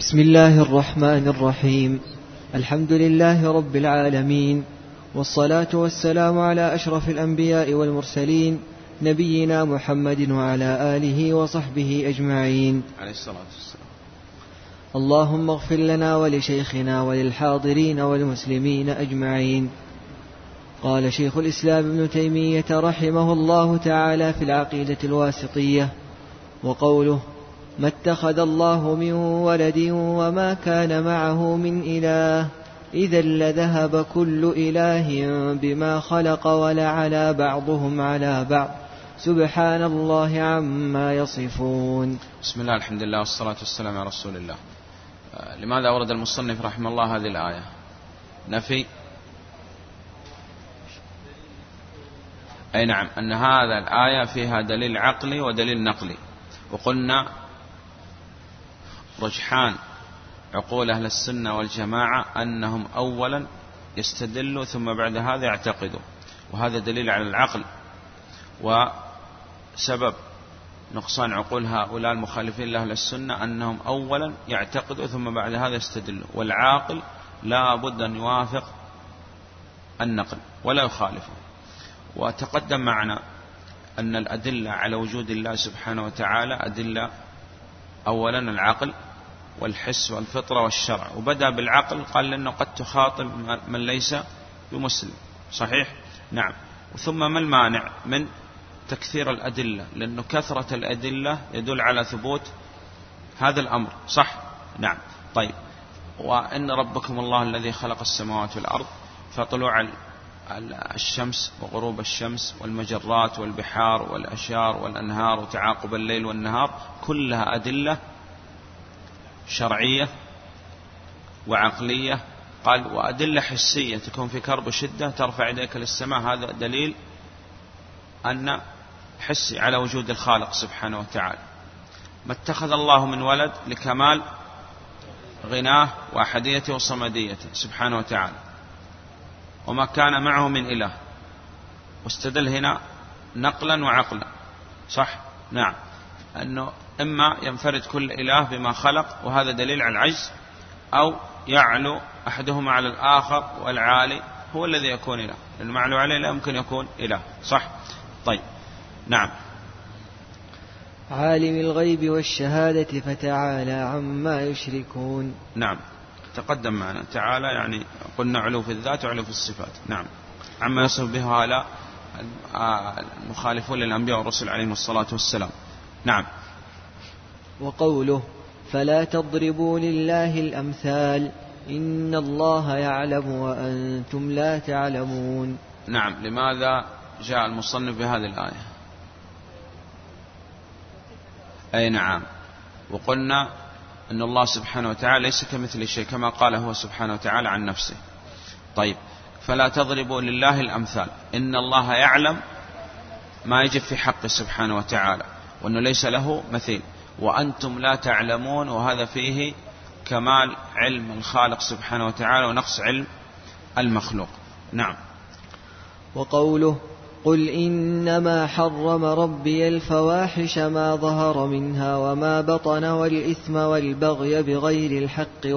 بسم الله الرحمن الرحيم. الحمد لله رب العالمين، والصلاة والسلام على أشرف الأنبياء والمرسلين، نبينا محمد وعلى آله وصحبه أجمعين. عليه الصلاة والسلام. اللهم اغفر لنا ولشيخنا وللحاضرين والمسلمين أجمعين. قال شيخ الإسلام ابن تيمية رحمه الله تعالى في العقيدة الواسطية: وقوله: ما اتخذ الله من ولد وما كان معه من إله إذا لذهب كل إله بما خلق ولعلى بعضهم على بعض سبحان الله عما يصفون. بسم الله، الحمد لله، والصلاة والسلام على رسول الله. لماذا أورد المصنف رحمه الله هذه الآية؟ نفي أي نعم، أن هذا الآية فيها دليل عقلي ودليل نقلي. وقلنا رجحان عقول أهل السنة والجماعة أنهم أولا يستدلوا ثم بعد هذا يعتقدوا، وهذا دليل على العقل. وسبب نقصان عقول هؤلاء المخالفين لأهل السنة أنهم أولا يعتقدوا ثم بعد هذا يستدلوا، والعاقل لا بد أن يوافق النقل ولا يخالفه. وتقدم معنا أن الأدلة على وجود الله سبحانه وتعالى أدلة أولا العقل والحس والفطرة والشرع، وبدأ بالعقل، قال لأنه قد تخاطب من ليس بمسلم. صحيح؟ نعم. ثم ما المانع من تكثير الأدلة؟ لأنه كثرة الأدلة يدل على ثبوت هذا الأمر. صح؟ نعم. طيب، وإن ربكم الله الذي خلق السماوات والأرض، فطلوع الشمس وغروب الشمس والمجرات والبحار والأشجار والأنهار وتعاقب الليل والنهار كلها أدلة شرعية وعقلية. قال وأدلة حسية، تكون في كرب شدة ترفع يديك للسماء، هذا دليل أن حسي على وجود الخالق سبحانه وتعالى. ما اتخذ الله من ولد لكمال غناه وأحديته وصمديته سبحانه وتعالى، وما كان معه من إله. واستدل هنا نقلا وعقلا. صح؟ نعم. أنه إما ينفرد كل إله بما خلق، وهذا دليل على العجز، أو يعلو أحدهما على الآخر، والعالي هو الذي يكون إله، لأنه معلو عليه لا يمكن يكون إله. صح؟ طيب، نعم. عالم الغيب والشهادة فتعالى عما يشركون. نعم، تقدم معنا تعالى، يعني قلنا علو في الذات وعلو في الصفات. نعم، عما يصف به هؤلاء المخالفون للأنبياء والرسل عليهم الصلاة والسلام. نعم. وقوله: فلا تضربوا لله الأمثال إن الله يعلم وأنتم لا تعلمون. نعم. لماذا جاء المصنف بهذه الآية؟ أي نعم. وقلنا أن الله سبحانه وتعالى ليس كمثل شيء، كما قال هو سبحانه وتعالى عن نفسه. طيب، فلا تضربوا لله الأمثال، إن الله يعلم ما يجب في حقه سبحانه وتعالى، وأنه ليس له مثيل، وأنتم لا تعلمون، وهذا فيه كمال علم الخالق سبحانه وتعالى ونقص علم المخلوق. نعم. وقوله: قل إنما حرم ربي الفواحش ما ظهر منها وما بطن والإثم والبغي بغير الحق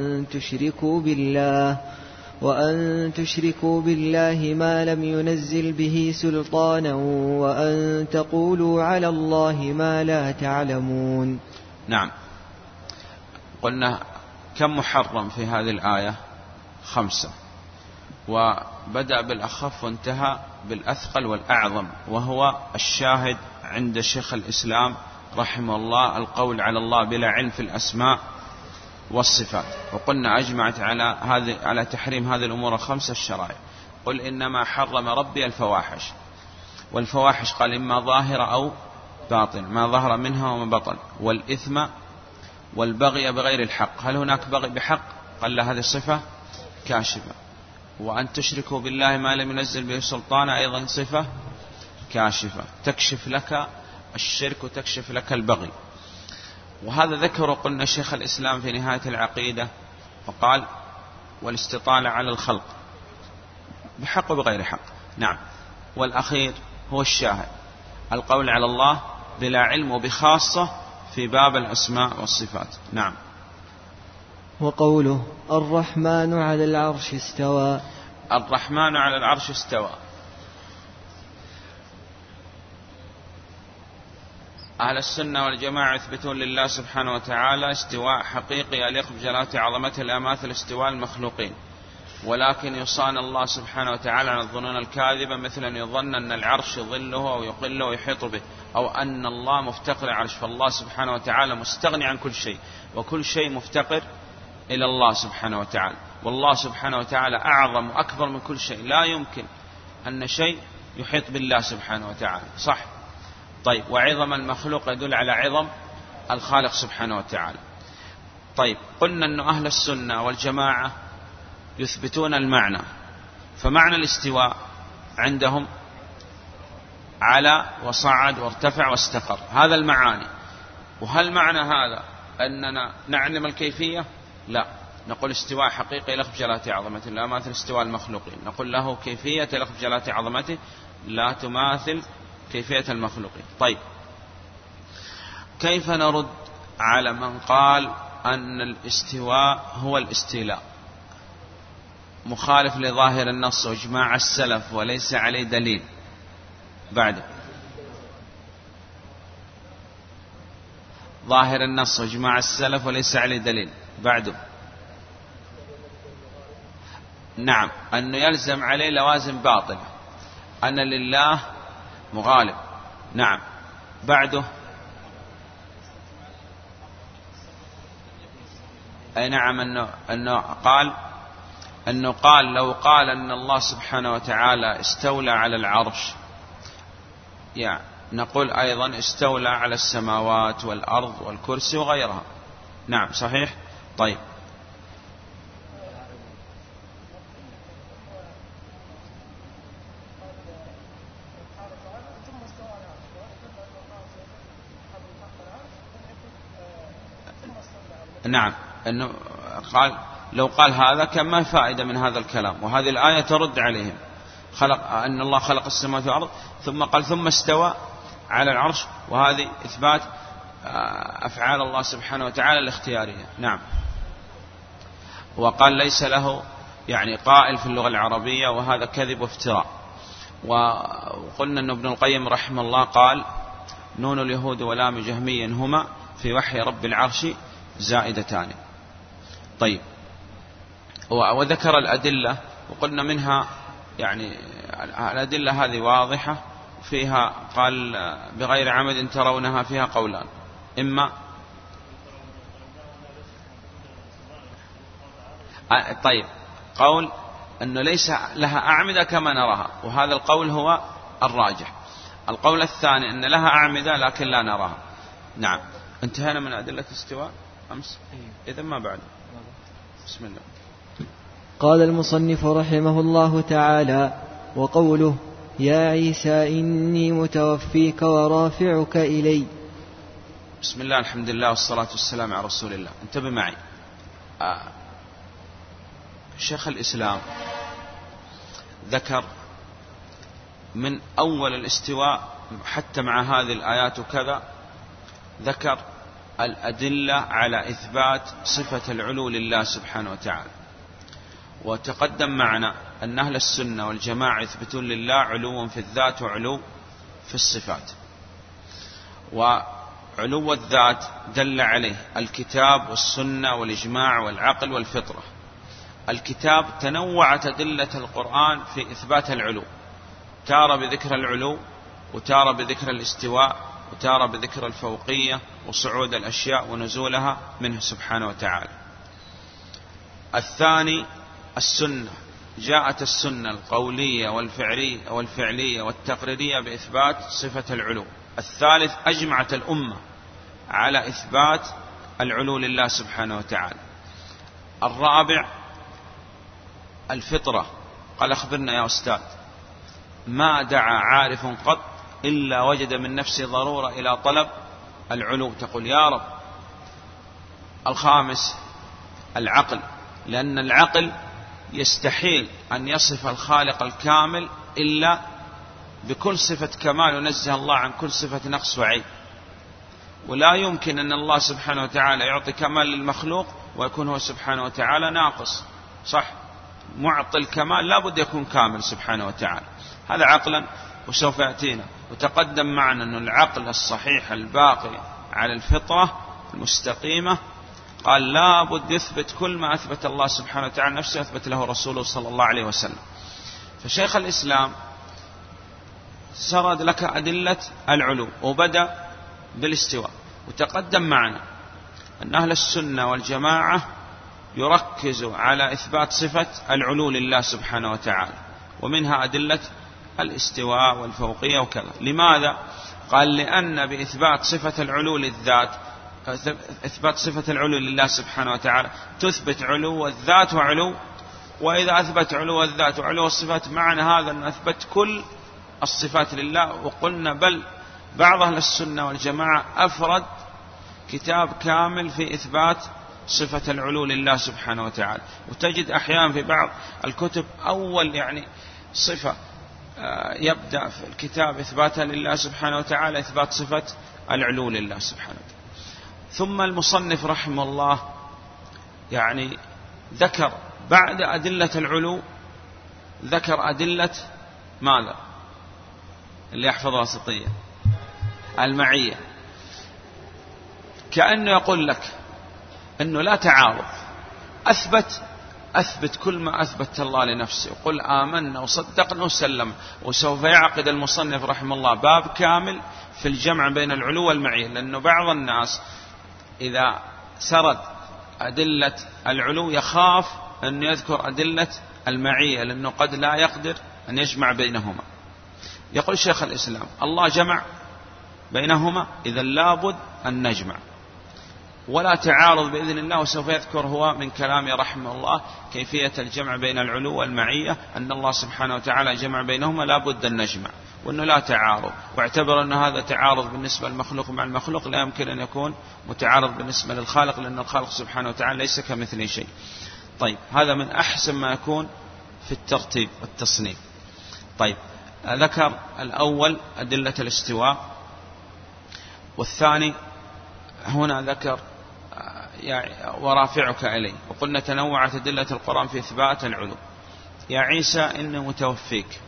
وأن تشركوا بالله ما لم ينزل به سلطانا وأن تقولوا على الله ما لا تعلمون. نعم. قلنا كم محرم في هذه الآية؟ 5، وبدأ بالأخف وانتهى بالأثقل والأعظم، وهو الشاهد عند شيخ الإسلام رحمه الله القول على الله بلا علم في الأسماء والصفات. وقلنا أجمعت على تحريم هذه الأمور 5 الشرائع. قل إنما حرم ربي الفواحش، والفواحش قال إما ظاهرة أو باطن، ما ظهر منها وما بطن، والإثم والبغي بغير الحق. هل هناك بغي بحق؟ قال لا، هذه صفة كاشفة. وأن تشركوا بالله ما لم ينزل به سلطان أيضا صفة كاشفة، تكشف لك الشرك وتكشف لك البغي. وهذا ذكر قلنا شيخ الإسلام في نهاية العقيدة، فقال والاستطالة على الخلق بحق وبغير حق. نعم. والأخير هو الشاهد، القول على الله بلا علم وبخاصة في باب الأسماء والصفات. نعم. وقوله الرحمن على العرش استوى. الرحمن على العرش استوى، أهل السنة والجماعة يثبتون لله سبحانه وتعالى استواء حقيقي يليق بجلالة عظمته لا يماثل استواء المخلوقين، ولكن يصان الله سبحانه وتعالى عن الظنون الكاذبة، مثل أن يظن أن العرش يظله أو يقله ويحيط به، أو أن الله مفتقر العرش، فالله سبحانه وتعالى مستغني عن كل شيء، وكل شيء مفتقر إلى الله سبحانه وتعالى، والله سبحانه وتعالى أعظم وأكبر من كل شيء، لا يمكن أن شيء يحيط بالله سبحانه وتعالى، صح؟ طيب، وعظم المخلوق يدل على عظم الخالق سبحانه وتعالى. طيب، قلنا أن أهل السنة والجماعة يثبتون المعنى، فمعنى الاستواء عندهم على وصعد وارتفع واستقر، هذا المعاني. وهل معنى هذا أننا نعلم الكيفية؟ لا، نقول استواء حقيقي يليق بجلالة عظمته لا يماثل استواء المخلوقين، نقول له كيفية يليق بجلالة عظمته لا تماثل كيفية المخلوقين. طيب، كيف نرد على من قال أن الاستواء هو الاستيلاء، مخالف لظاهر النص وإجماع السلف وليس عليه دليل؟ بعد ظاهر النص وإجماع السلف وليس عليه دليل، بعده نعم، أنه يلزم عليه لوازم باطلة، أن لله مغالب، نعم، بعده أي نعم، أنه قال لو قال أن الله سبحانه وتعالى استولى على العرش، يعني نقول أيضا استولى على السماوات والأرض والكرسي وغيرها، نعم صحيح. طيب، نعم، أنه قال لو قال هذا كان ما فائدة من هذا الكلام، وهذه الآية ترد عليهم، أن الله خلق السماوات والأرض ثم قال ثم استوى على العرش، وهذه إثبات أفعال الله سبحانه وتعالى الاختيارية، نعم. وقال ليس له يعني قائل في اللغة العربية، وهذا كذب وافتراء. وقلنا أن ابن القيم رحمه الله قال نون اليهود ولام جهمي هما في وحي رب العرش زائدتان. طيب، وذكر الأدلة، وقلنا منها يعني الأدلة هذه واضحة، فيها قال بغير عمد ترونها، فيها قولان، إما طيب، قول أنه ليس لها أعمدة كما نراها، وهذا القول هو الراجح. القول الثاني أن لها أعمدة لكن لا نراها، نعم. انتهينا من أدلة الاستواء أمس، إذن ما بعد. بسم الله. قال المصنف رحمه الله تعالى: وقوله يا عيسى إني متوفيك ورافعك إلي. بسم الله، الحمد لله والصلاة والسلام على رسول الله. انتبه معي، شيخ الإسلام ذكر من أول الاستواء حتى مع هذه الآيات وكذا، ذكر الأدلة على إثبات صفة العلو لله سبحانه وتعالى. وتقدم معنا أن أهل السنة والجماعة يثبتون لله علو في الذات وعلو في الصفات. وعلو الذات دل عليه الكتاب والسنة والإجماع والعقل والفطرة. الكتاب تنوعت أدلة القرآن في إثبات العلو، تارة بذكر العلو، وتارة بذكر الاستواء، وتارة بذكر الفوقية وصعود الأشياء ونزولها منه سبحانه وتعالى. الثاني السنة، جاءت السنة القولية والفعلية والتقريرية بإثبات صفة العلو. الثالث أجمعت الأمة على إثبات العلو لله سبحانه وتعالى. الرابع الفطرة، قال أخبرنا يا أستاذ، ما دعا عارف قط إلا وجد من نفسه ضرورة إلى طلب العلو، تقول يا رب. الخامس العقل، لأن العقل يستحيل أن يصف الخالق الكامل إلا بكل صفة كمال، ونزه الله عن كل صفة نقص وعيب. ولا يمكن أن الله سبحانه وتعالى يعطي كمال للمخلوق ويكون هو سبحانه وتعالى ناقص، صح؟ معطي الكمال لا بد يكون كامل سبحانه وتعالى، هذا عقلا. وسوف يأتينا وتقدم معنا أن العقل الصحيح الباقي على الفطرة المستقيمة قال لا بد يثبت كل ما أثبت الله سبحانه وتعالى نفسه يثبت له رسوله صلى الله عليه وسلم. فشيخ الإسلام سرد لك أدلة العلو وبدأ بالاستواء، وتقدم معنا أن أهل السنة والجماعة يركزوا على إثبات صفة العلو لله سبحانه وتعالى، ومنها أدلة الاستواء والفوقية وكذا. لماذا؟ قال لأن بإثبات صفة العلو للذات، إثبات صفة العلو لله سبحانه وتعالى تثبت علو الذات وعلو، وإذا أثبت علو الذات وعلو الصفات معنى هذا أن أثبت كل الصفات لله. وقلنا بل بعض أهل السنة والجماعة أفرد كتاب كامل في إثبات صفة العلو لله سبحانه وتعالى، وتجد أحيانا في بعض الكتب أول صفة يبدأ في الكتاب إثباتها لله سبحانه وتعالى إثبات صفة العلو لله سبحانه وتعالى. ثم المصنف رحمه الله ذكر بعد أدلة العلو ذكر أدلة ماذا؟ اللي يحفظ واسطية المعية، كأنه يقول لك أنه لا تعارض، أثبت كل ما أثبت الله لنفسه، وقل آمنا وصدقنا وسلم. وسوف يعقد المصنف رحمه الله باب كامل في الجمع بين العلو والمعية، لأنه بعض الناس إذا سرد أدلة العلو يخاف أن يذكر أدلة المعية، لأنه قد لا يقدر أن يجمع بينهما. يقول شيخ الإسلام الله جمع بينهما، إذا لابد أن نجمع، ولا تعارض بإذن الله. وسوف يذكر هو من كلام رحمه الله كيفية الجمع بين العلو والمعية، أن الله سبحانه وتعالى جمع بينهما لابد أن نجمع، وأنه لا تعارض، واعتبر أن هذا تعارض بالنسبة للمخلوق مع المخلوق لا يمكن أن يكون متعارض بالنسبة للخالق، لأن الخالق سبحانه وتعالى ليس كمثله شيء. طيب هذا من أحسن ما يكون في الترتيب والتصنيف. طيب ذكر الأول أدلة الاستواء، والثاني هنا ذكر ورافعك إليه. وقلنا تنوعت أدلة القرآن في إثبات العلو. يا عيسى إني متوفيك.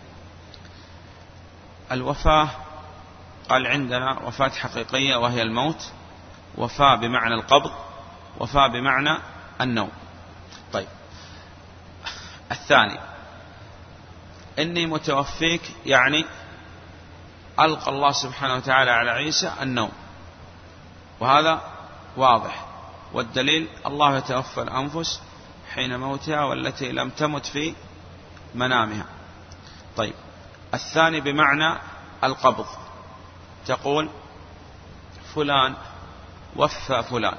الوفاة قال عندنا وفاة حقيقية وهي الموت، وفاة بمعنى القبض، وفاة بمعنى النوم. طيب الثاني إني متوفيك ألقى الله سبحانه وتعالى على عيسى النوم، وهذا واضح، والدليل الله يتوفى الأنفس حين موتها والتي لم تمت في منامها. طيب الثاني بمعنى القبض، تقول فلان وفى فلان،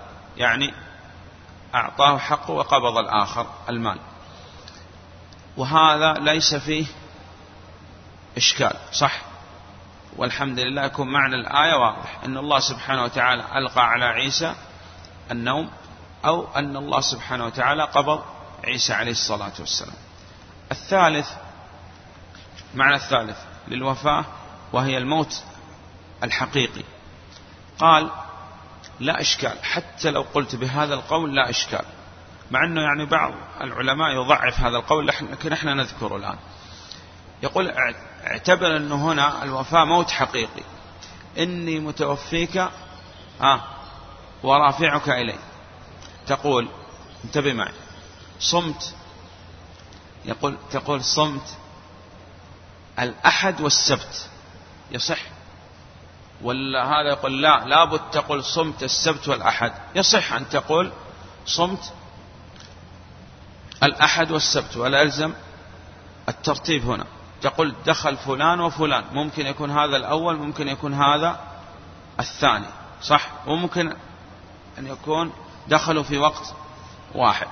أعطاه حقه وقبض الآخر المال، وهذا ليس فيه إشكال، صح؟ والحمد لله يكون معنى الآية واضح، أن الله سبحانه وتعالى ألقى على عيسى النوم، أو أن الله سبحانه وتعالى قبض عيسى عليه الصلاة والسلام. الثالث معنى الثالث للوفاة وهي الموت الحقيقي، قال لا إشكال، حتى لو قلت بهذا القول لا إشكال، مع أنه بعض العلماء يضعف هذا القول لكن احنا نذكره الآن. يقول اعتبر أنه هنا الوفاة موت حقيقي، إني متوفيك ورافعك إلي. تقول انتبه معي، صمت، تقول صمت الأحد والسبت، يصح؟ ولا هذا يقول لا لابد تقول صمت السبت والأحد؟ يصح أن تقول صمت الأحد والسبت، ولا يلزم الترتيب هنا. تقول دخل فلان وفلان، ممكن يكون هذا الأول، ممكن يكون هذا الثاني، صح؟ وممكن أن يكون دخلوا في وقت واحد.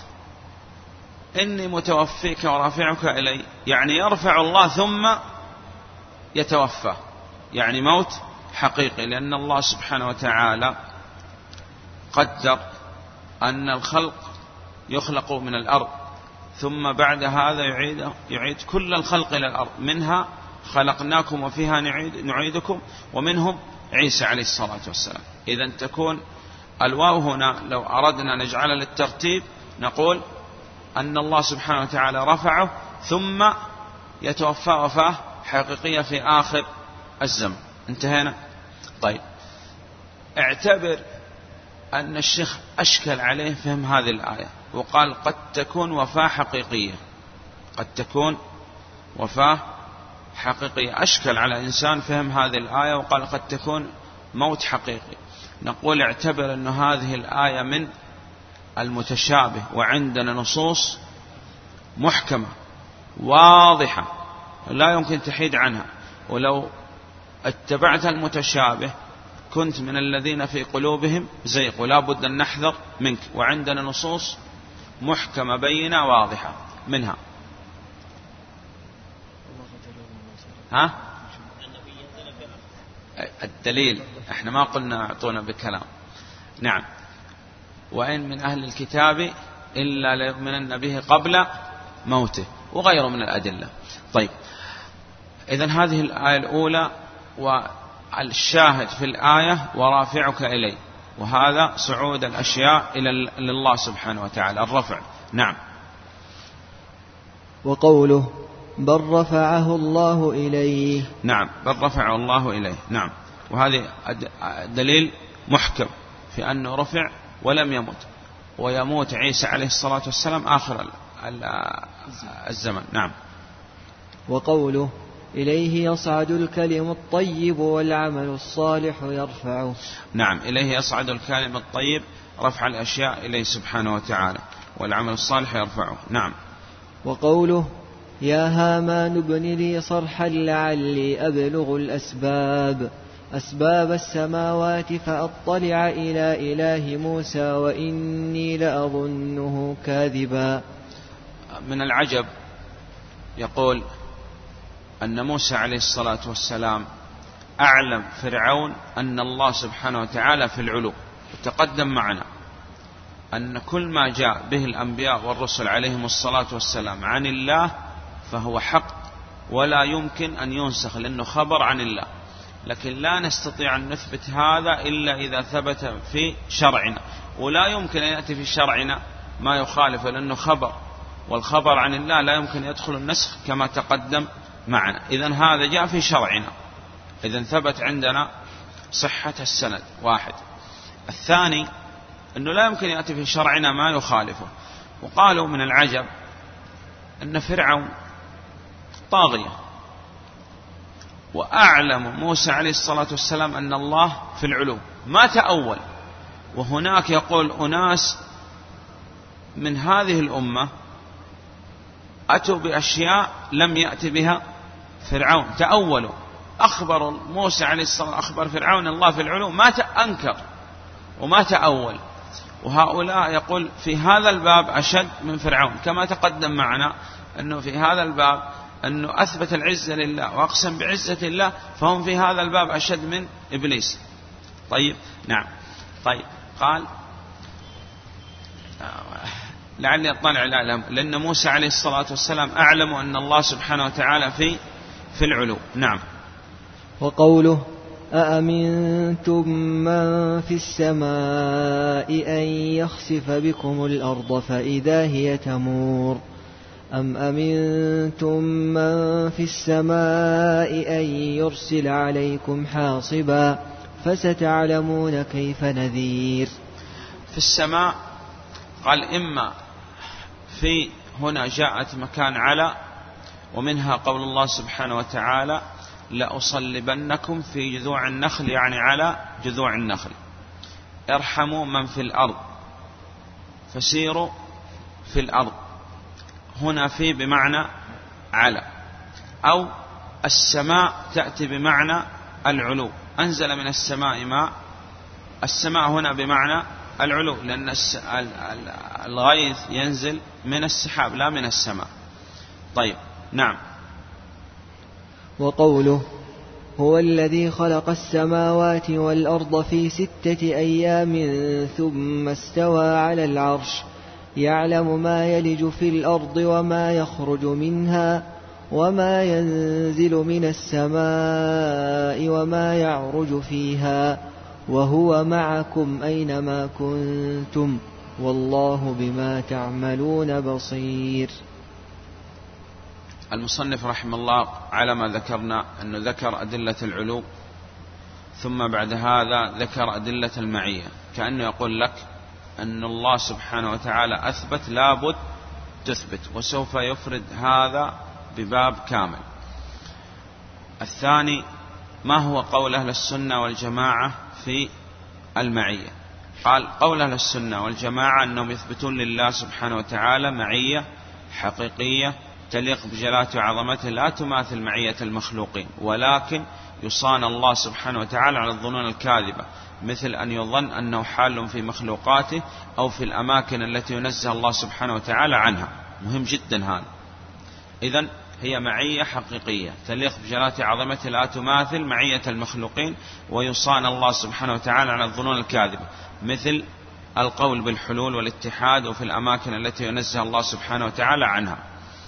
إني متوفيك ورافعك إلي، يرفع الله ثم يتوفى، موت حقيقي، لأن الله سبحانه وتعالى قدر أن الخلق يخلق من الأرض، ثم بعد هذا يعيد كل الخلق إلى الأرض، منها خلقناكم وفيها نعيدكم، ومنهم عيسى عليه الصلاة والسلام. إذن تكون الواو هنا لو أردنا نجعلها للترتيب نقول أن الله سبحانه وتعالى رفعه ثم يتوفى وفاة حقيقية في آخر الزمن. انتهينا. طيب اعتبر أن الشيخ أشكل عليه فهم هذه الآية وقال قد تكون وفاة حقيقية، قد تكون وفاة حقيقية. أشكل على إنسان فهم هذه الآية وقال قد تكون موت حقيقي. نقول اعتبر أن هذه الآية من المتشابه، وعندنا نصوص محكمة واضحة لا يمكن تحيد عنها، ولو اتبعت المتشابه كنت من الذين في قلوبهم زيغ، ولا بد أن نحذر منك. وعندنا نصوص محكمة بينة واضحة منها الدليل. احنا ما قلنا اعطونا بكلام. نعم. وإن من أهل الكتاب إلا ليؤمنن به قبل موته، وغيره من الأدلة. طيب إذن هذه الآية الأولى، والشاهد في الآية ورافعك إليه، وهذا صعود الأشياء إلى الله سبحانه وتعالى، الرفع. نعم. وقوله بل رفعه الله إليه. نعم، بل رفعه الله إليه. نعم. وهذه دليل محكم في أنه رفع ولم يمت، ويموت عيسى عليه الصلاة والسلام آخر الزمن. نعم. وقوله إليه يصعد الكلم الطيب والعمل الصالح يرفعه. نعم، إليه يصعد الكلم الطيب، رفع الأشياء إليه سبحانه وتعالى، والعمل الصالح يرفعه. نعم. وقوله يا هامان ابن لي صرحا لعلي أبلغ الأسباب أسباب السماوات فأطلع إلى إله موسى وإني لأظنه كاذبا. من العجب يقول أن موسى عليه الصلاة والسلام أعلم فرعون أن الله سبحانه وتعالى في العلو. وتقدم معنا أن كل ما جاء به الأنبياء والرسل عليهم الصلاة والسلام عن الله فهو حق ولا يمكن أن ينسخ، لأنه خبر عن الله. لكن لا نستطيع أن نثبت هذا إلا إذا ثبت في شرعنا، ولا يمكن أن يأتي في شرعنا ما يخالف، لأنه خبر، والخبر عن الله لا يمكن يدخل النسخ كما تقدم معنا. إذن هذا جاء في شرعنا، إذن ثبت عندنا صحة السند. واحد. الثاني أنه لا يمكن يأتي في شرعنا ما يخالفه. وقالوا من العجب أن فرعون طاغية، وأعلم موسى عليه الصلاة والسلام أن الله في العلو، ما تأول. وهناك يقول أناس من هذه الأمة أتوا بأشياء لم يأتي بها فرعون، تأولوا، أخبر موسى عليه الصلاة، أخبر فرعون الله في العلو، ما أنكر وما تأول. وهؤلاء يقول في هذا الباب أشد من فرعون، كما تقدم معنا أنه في هذا الباب أنه أثبت العزة لله وأقسم بعزة الله، فهم في هذا الباب أشد من إبليس. طيب. نعم. طيب. قال لعلي أطلع على، لأن موسى عليه الصلاة والسلام أعلم أن الله سبحانه وتعالى في العلو. نعم. وقوله أأمنتم من في السماء أن يخسف بكم الأرض فإذا هي تمور أم أمنتم من في السماء أن يرسل عليكم حاصبا فستعلمون كيف نذير. في السماء قال إما في هنا جاءت مكان على، ومنها قول الله سبحانه وتعالى لأصلبنكم في جذوع النخل، يعني على جذوع النخل. ارحموا من في الأرض فسيروا في الأرض، هنا في بمعنى على. أو السماء تأتي بمعنى العلو، أنزل من السماء ماء. السماء هنا بمعنى العلو، لأن الغيث ينزل من السحاب لا من السماء. طيب. نعم. وقوله هو الذي خلق السماوات والأرض في 6 أيام ثم استوى على العرش يعلم ما يلج في الأرض وما يخرج منها وما ينزل من السماء وما يعرج فيها وهو معكم أينما كنتم والله بما تعملون بصير. المصنف رحمه الله على ما ذكرنا أنه ذكر أدلة العلو، ثم بعد هذا ذكر أدلة المعية، كأنه يقول لك أن الله سبحانه وتعالى أثبت لابد تثبت، وسوف يفرد هذا بباب كامل. الثاني ما هو قول أهل السنة والجماعة في المعية؟ قال قول أهل السنة والجماعة أنهم يثبتون لله سبحانه وتعالى معية حقيقية تليق بجلاله وعظمته لا تماثل معية المخلوقين، ولكن يصان الله سبحانه وتعالى على الظنون الكاذبة، مثل أن يظن أنه حال في مخلوقاته أو في الأماكن التي ينزه الله سبحانه وتعالى عنها. مهم جدا هذا. إذن هي معية حقيقية تليق بجلاله وعظمته لا تماثل معية المخلوقين، ويصان الله سبحانه وتعالى على الظنون الكاذبة، مثل القول بالحلول والاتحاد وفي الأماكن التي ينزه الله سبحانه وتعالى عنها.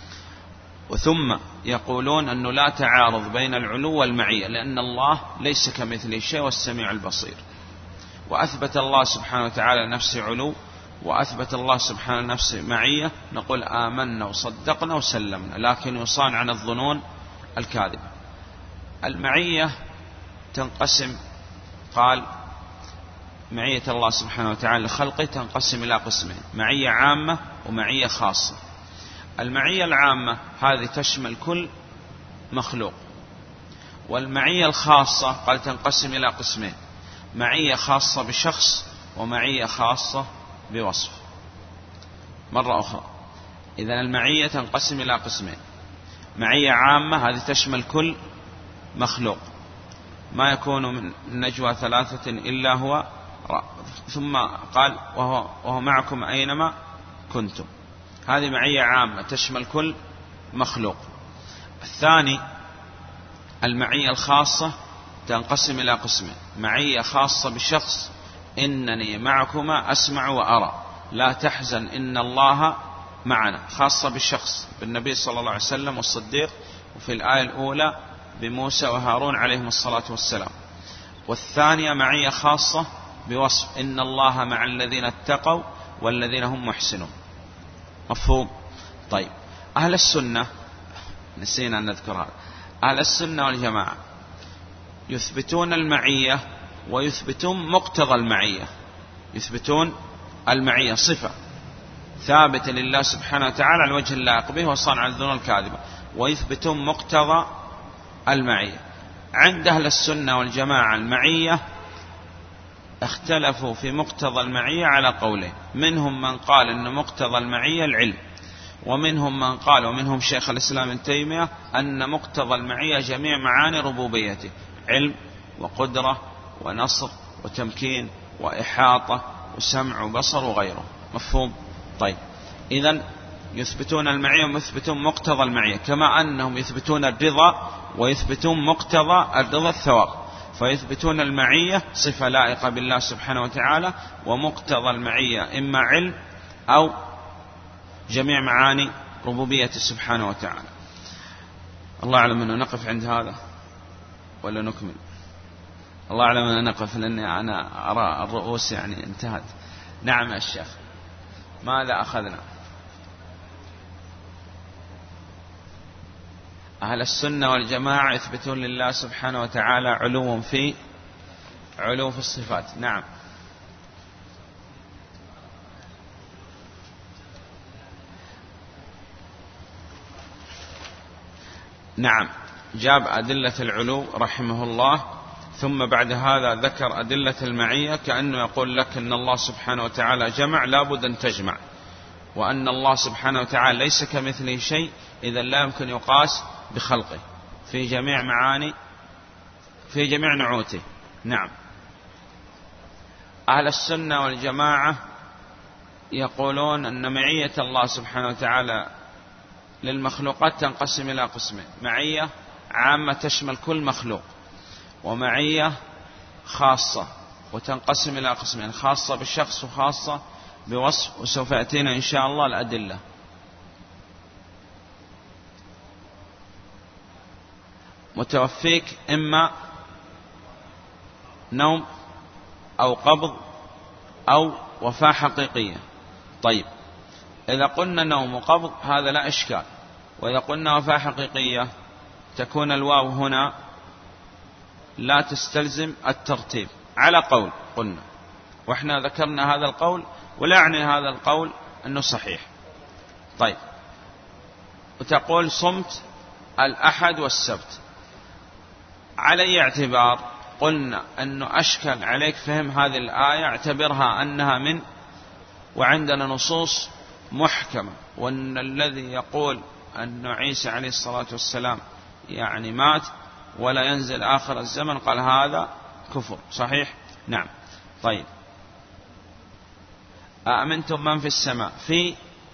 وثم يقولون أنه لا تعارض بين العلو والمعية، لأن الله ليس كمثله شيء والسميع البصير. وأثبت الله سبحانه وتعالى نفسه علو، وأثبت الله سبحانه نفسه معية، نقول آمنا وصدقنا وسلمنا، لكن يصان عن الظنون الكاذبة. المعية تنقسم، قال معية الله سبحانه وتعالى لخلقه تنقسم إلى قسمين: معية عامة ومعية خاصة. المعية العامة هذه تشمل كل مخلوق، والمعية الخاصة قال تنقسم إلى قسمين: معية خاصة بشخص ومعية خاصة بوصف. مرة أخرى، إذن المعية تنقسم إلى قسمين: معية عامة هذه تشمل كل مخلوق، ما يكون من نجوى ثلاثة إلا هو ثم قال وهو معكم أينما كنتم، هذه معية عامة تشمل كل مخلوق. الثاني المعية الخاصة تنقسم إلى قسمين: معية خاصة بشخص، إنني معكما أسمع وأرى، لا تحزن إن الله معنا، خاصة بالشخص بالنبي صلى الله عليه وسلم والصديق، وفي الآية الأولى بموسى وهارون عليهم الصلاة والسلام. والثانية معية خاصة بوصف: إن الله مع الذين اتقوا والذين هم محسنون. مفهوم؟ طيب، أهل السنة نسينا أن نذكر هذا، أهل السنة والجماعة يثبتون المعية ويثبتون مقتضى المعية. يثبتون المعية صفة ثابتة لله سبحانه وتعالى على الوجه اللائق به وصان عن الظنون الكاذبة، ويثبتون مقتضى المعية. عند أهل السنة والجماعة المعية اختلفوا في مقتضى المعية على قولين: منهم من قال أن مقتضى المعية العلم، ومنهم من قال، ومنهم شيخ الإسلام ابن تيمية، أن مقتضى المعية جميع معاني ربوبيته: علم وقدرة ونصر وتمكين وإحاطة وسمع وبصر وغيره. مفهوم؟ طيب، إذن يثبتون المعية ويثبتون مقتضى المعية، كما أنهم يثبتون الرضا ويثبتون مقتضى الرضا الثواب، فيثبتون المعية صفة لائقة بالله سبحانه وتعالى، ومقتضى المعية إما علم أو جميع معاني ربوبيته سبحانه وتعالى. الله أعلم أنه نقف عند هذا ولا نكمل؟ الله أعلم أنه نقف، لأني أنا أرى الرؤوس يعني انتهت. نعم يا الشيخ، ماذا أخذنا؟ أهل السنة والجماعة يثبتون لله سبحانه وتعالى علو في الصفات. نعم. نعم، جاب أدلة العلو رحمه الله، ثم بعد هذا ذكر أدلة المعية، كأنه يقول لك أن الله سبحانه وتعالى جمع لابد أن تجمع، وأن الله سبحانه وتعالى ليس كمثله شيء، إذا لا يمكن يقاس بخلقه في جميع معاني في جميع نعوته. نعم. أهل السنة والجماعة يقولون أن معية الله سبحانه وتعالى للمخلوقات تنقسم إلى قسمين: معية عامة تشمل كل مخلوق، ومعية خاصة وتنقسم إلى قسمين: خاصة بالشخص وخاصة بوصف، وسوف يأتينا إن شاء الله الأدلة. متوفيك إما نوم أو قبض أو وفاة حقيقية. طيب إذا قلنا نوم وقبض هذا لا إشكال، وإذا قلنا وفاة حقيقية تكون الواو هنا لا تستلزم الترتيب على قول قلنا، وإحنا ذكرنا هذا القول ولا يعني هذا القول أنه صحيح. طيب وتقول صمت الأحد والسبت، على أي اعتبار؟ قلنا أنه أشكل عليك فهم هذه الآية، اعتبرها أنها من، وعندنا نصوص محكمة، وأن الذي يقول أن عيسى عليه الصلاة والسلام يعني مات ولا ينزل آخر الزمن قال هذا كفر. صحيح؟ نعم. طيب أأمنتم من في السماء في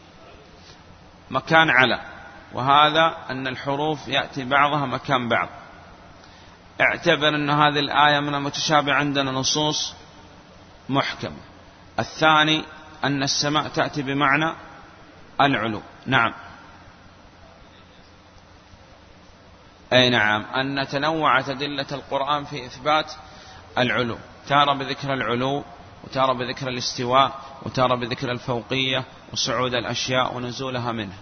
مكان على، وهذا أن الحروف يأتي بعضها مكان بعض، اعتبر أن هذه الآية من المتشابه، عندنا نصوص محكمة. الثاني أن السماء تأتي بمعنى العلو. نعم. أي نعم، أن تنوعت أدلة القرآن في إثبات العلو، تارة بذكر العلو، وتارة بذكر الاستواء، وتارة بذكر الفوقية وصعود الأشياء ونزولها منه.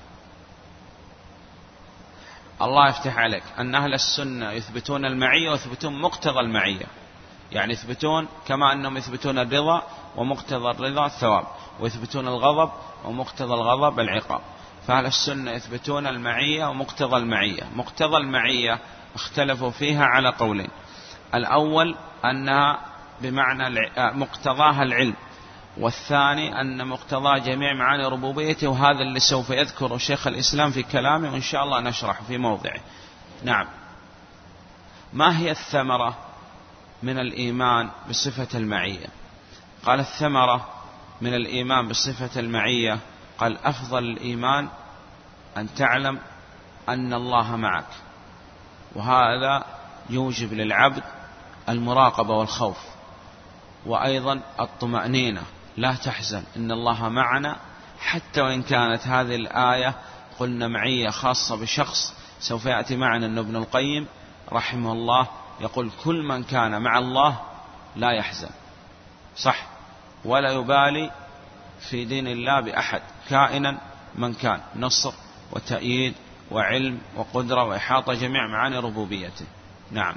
الله يفتح عليك أن أهل السنة يثبتون المعية ويثبتون مقتضى المعية، يعني يثبتون كما أنهم يثبتون الرضا ومقتضى الرضا الثواب، ويثبتون الغضب ومقتضى الغضب العقاب. فأهل السنة يثبتون المعية ومقتضى المعية. مقتضى المعية اختلفوا فيها على قولين، الأول أنها بمعنى مقتضاها العلم، والثاني أن مقتضى جميع معاني ربوبيته، وهذا اللي سوف يذكره شيخ الإسلام في كلامه وإن شاء الله نشرحه في موضعه. نعم. ما هي الثمرة من الإيمان بصفة المعية؟ قال الثمرة من الإيمان بصفة المعية، قال أفضل الإيمان أن تعلم أن الله معك، وهذا يوجب للعبد المراقبة والخوف، وأيضا الطمأنينة، لا تحزن إن الله معنا، حتى وإن كانت هذه الآية قلنا معية خاصة بشخص سوف يأتي معنا. أن ابن القيم رحمه الله يقول كل من كان مع الله لا يحزن، صح، ولا يبالي في دين الله بأحد كائنا من كان، نصر وتأييد وعلم وقدرة وإحاطة جميع معاني ربوبيته. نعم.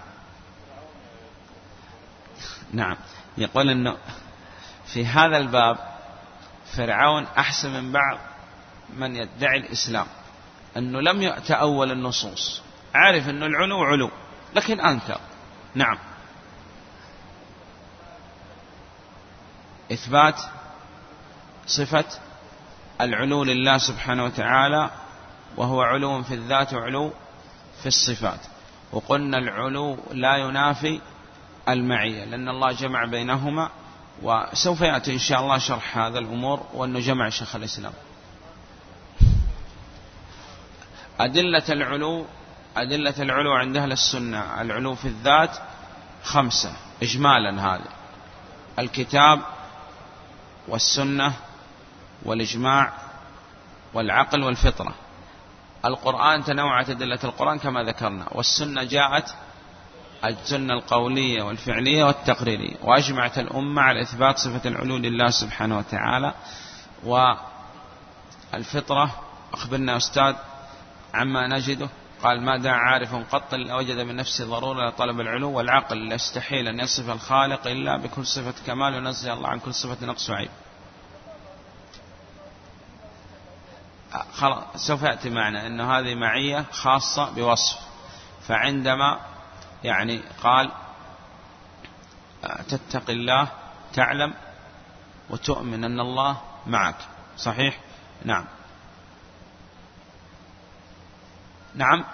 نعم. يقول أنه في هذا الباب فرعون أحسن من بعض من يدعي الإسلام، أنه لم يتأول النصوص، عارف أنه العلو علو لكن أنكر. نعم. إثبات صفة العلو لله سبحانه وتعالى، وهو علو في الذات وعلو في الصفات، وقلنا العلو لا ينافي المعية لأن الله جمع بينهما، وسوف يأتي إن شاء الله شرح هذا الأمور، وأنه جمع شيخ الإسلام. أدلة العلو عند أهل السنة، العلو في الذات 5 إجمالا، هذا الكتاب والسنة والإجماع والعقل والفطرة. القرآن تنوعت أدلة القرآن كما ذكرنا، والسنة جاءت السنة القولية والفعلية والتقريرية، وأجمعت الأمة على إثبات صفة العلو لله سبحانه وتعالى. والفطرة أخبرنا أستاذ عما نجده، قال ما دعا عارف قط إلا وجد من نفسه ضرورة لطلب العلو. والعقل لا يستحيل أن يصف الخالق إلا بكل صفة كمال، ونزه الله عن كل صفة نقص وعيب. سوف يأتي معنا أن هذه معية خاصة بوصف، فعندما يعني قال تتقي الله تعلم وتؤمن أن الله معك، صحيح؟ نعم. نعم.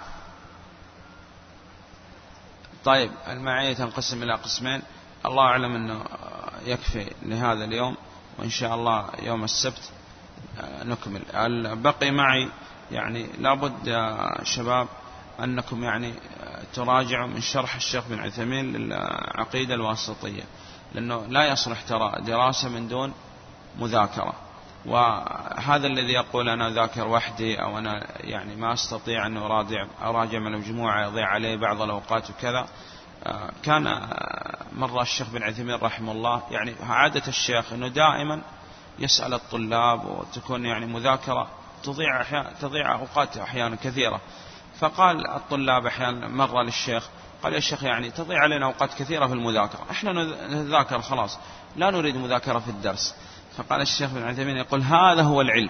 طيب المعية تنقسم إلى قسمين، الله أعلم أنه يكفي لهذا اليوم، وإن شاء الله يوم السبت نكمل. بقي معي يعني لابد يا شباب أنكم يعني تراجعوا من شرح الشيخ بن عثيمين للعقيدة الواسطية، لأنه لا يصلح ترى دراسة من دون مذاكرة. وهذا الذي يقول أنا ذاكر وحدي أو أنا يعني ما أستطيع أن أراجع من المجموعة يضيع عليه بعض الأوقات وكذا، كان مرة الشيخ بن عثيمين رحمه الله يعني عادة الشيخ أنه دائما يسأل الطلاب، وتكون يعني مذاكرة تضيع أوقات أحيانا كثيرة. فقال الطلاب أحيانا مرة للشيخ، قال يا شيخ يعني تضيع علينا أوقات كثيرة في المذاكرة، إحنا نذاكر خلاص لا نريد مذاكرة في الدرس. فقال الشيخ بن عثيمين يقول هذا هو العلم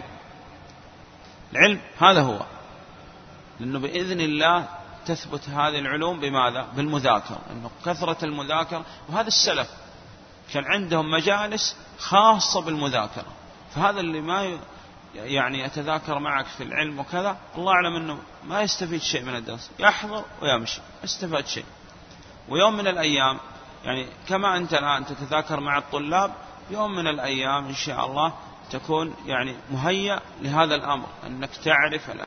هذا هو، لأنه بإذن الله تثبت هذه العلوم بماذا؟ بالمذاكرة، أنه كثرة المذاكرة. وهذا السلف كان عندهم مجالس خاصة بالمذاكرة، فهذا اللي ما يعني يتذاكر معك في العلم وكذا الله أعلم أنه ما يستفيد شيء من الدرس، يحضر ويمشي، استفاد شيء. ويوم من الأيام يعني كما أنت الآن تتذاكر مع الطلاب، يوم من الأيام إن شاء الله تكون يعني مهيأ لهذا الأمر، أنك تعرف